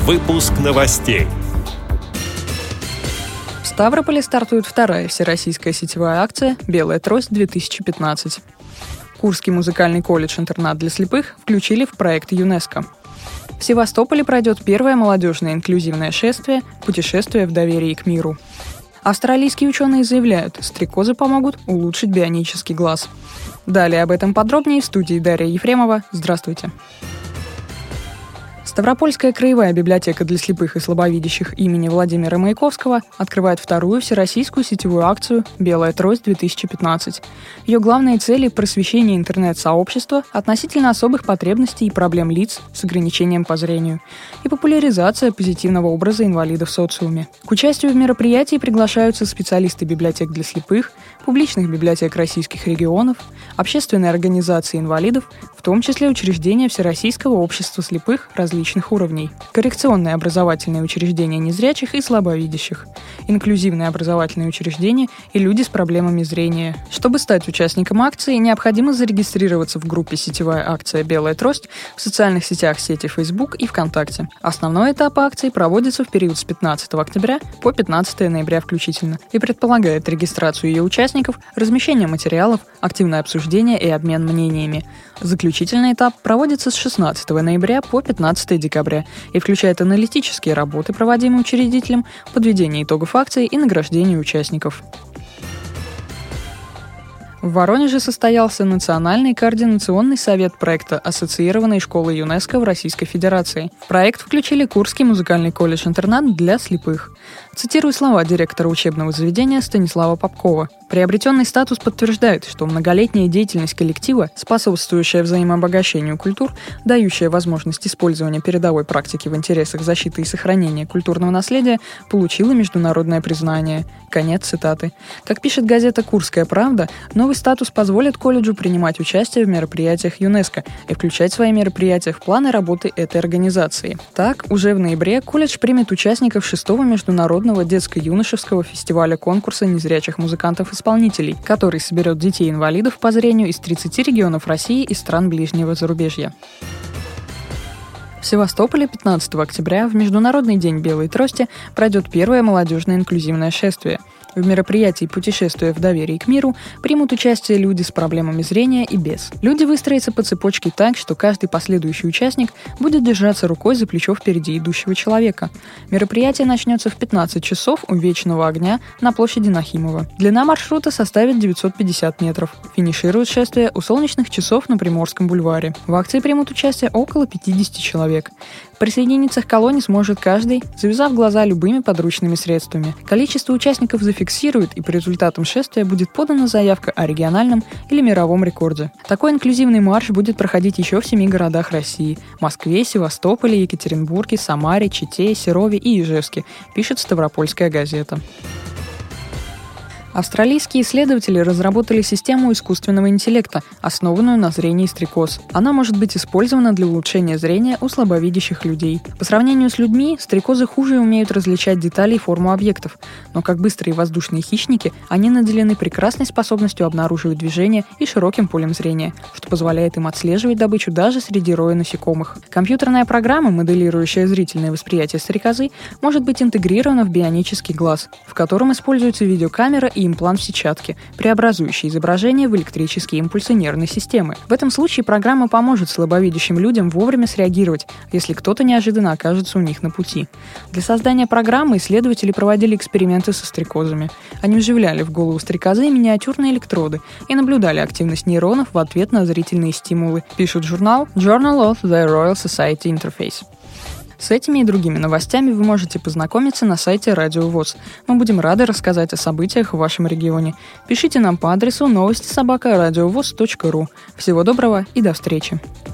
Выпуск новостей. В Ставрополе стартует вторая всероссийская сетевая акция «Белая трость-2015». Курский музыкальный колледж-интернат для слепых включили в проект ЮНЕСКО. В Севастополе пройдет первое молодежное инклюзивное шествие «Путешествие в доверии к миру». Австралийские ученые заявляют, стрекозы помогут улучшить бионический глаз. Далее об этом подробнее в студии Дарья Ефремова. Здравствуйте. Ставропольская краевая библиотека для слепых и слабовидящих имени Владимира Маяковского открывает вторую всероссийскую сетевую акцию «Белая трость-2015». Ее главные цели – просвещение интернет-сообщества относительно особых потребностей и проблем лиц с ограничением по зрению и популяризация позитивного образа инвалидов в социуме. К участию в мероприятии приглашаются специалисты библиотек для слепых, публичных библиотек российских регионов, общественные организации инвалидов, в том числе учреждения Всероссийского общества слепых различных уровней, коррекционные образовательные учреждения незрячих и слабовидящих, инклюзивные образовательные учреждения и люди с проблемами зрения. Чтобы стать участником акции, необходимо зарегистрироваться в группе «Сетевая акция «Белая трость» в социальных сетях сети Facebook и ВКонтакте. Основной этап акции проводится в период с 15 октября по 15 ноября включительно и предполагает регистрацию ее участников, размещение материалов, активное обсуждение и обмен мнениями. Заключительный этап проводится с 16 ноября по 15 декабря и включает аналитические работы, проводимые учредителем, подведение итогов акции и награждение участников. В Воронеже состоялся Национальный координационный совет проекта «Ассоциированные школы ЮНЕСКО в Российской Федерации». В проект включили Курский музыкальный колледж-интернат для слепых. Цитирую слова директора учебного заведения Станислава Попкова. Приобретенный статус подтверждает, что многолетняя деятельность коллектива, способствующая взаимообогащению культур, дающая возможность использования передовой практики в интересах защиты и сохранения культурного наследия, получила международное признание. Конец цитаты. Как пишет газета «Курская правда», новый статус позволит колледжу принимать участие в мероприятиях ЮНЕСКО и включать свои мероприятия в планы работы этой организации. Так, уже в ноябре колледж примет участников 6-го международного детско-юношеского фестиваля конкурса незрячих музыкантов-исполнителей, который соберет детей-инвалидов по зрению из 30 регионов России и стран ближнего зарубежья. В Севастополе 15 октября в Международный день белой трости пройдет первое молодежное инклюзивное шествие. В мероприятии «Путешествие в доверии к миру» примут участие люди с проблемами зрения и без. Люди выстроятся по цепочке так, что каждый последующий участник будет держаться рукой за плечо впереди идущего человека. Мероприятие начнется в 15 часов у Вечного огня на площади Нахимова. Длина маршрута составит 950 метров. Финиширует шествие у солнечных часов на Приморском бульваре. В акции примут участие около 50 человек. Присоединиться к колонне сможет каждый, завязав глаза любыми подручными средствами. Количество участников зафиксирует, и по результатам шествия будет подана заявка о региональном или мировом рекорде. Такой инклюзивный марш будет проходить еще в 7 городах России – Москве, Севастополе, Екатеринбурге, Самаре, Чите, Серове и Ижевске, пишет Ставропольская газета. Австралийские исследователи разработали систему искусственного интеллекта, основанную на зрении стрекоз. Она может быть использована для улучшения зрения у слабовидящих людей. По сравнению с людьми, стрекозы хуже умеют различать детали и форму объектов, но как быстрые воздушные хищники, они наделены прекрасной способностью обнаруживать движение и широким полем зрения, что позволяет им отслеживать добычу даже среди роя насекомых. Компьютерная программа, моделирующая зрительное восприятие стрекозы, может быть интегрирована в бионический глаз, в котором используется видеокамера и имплант в сетчатке, преобразующий изображение в электрические импульсы нервной системы. В этом случае программа поможет слабовидящим людям вовремя среагировать, если кто-то неожиданно окажется у них на пути. Для создания программы исследователи проводили эксперименты со стрекозами. Они вживляли в голову стрекозы миниатюрные электроды и наблюдали активность нейронов в ответ на зрительные стимулы, пишет журнал Journal of the Royal Society Interface. С этими и другими новостями вы можете познакомиться на сайте Радио ВОС. Мы будем рады рассказать о событиях в вашем регионе. Пишите нам по адресу новости@радиовос.ру. Всего доброго и до встречи!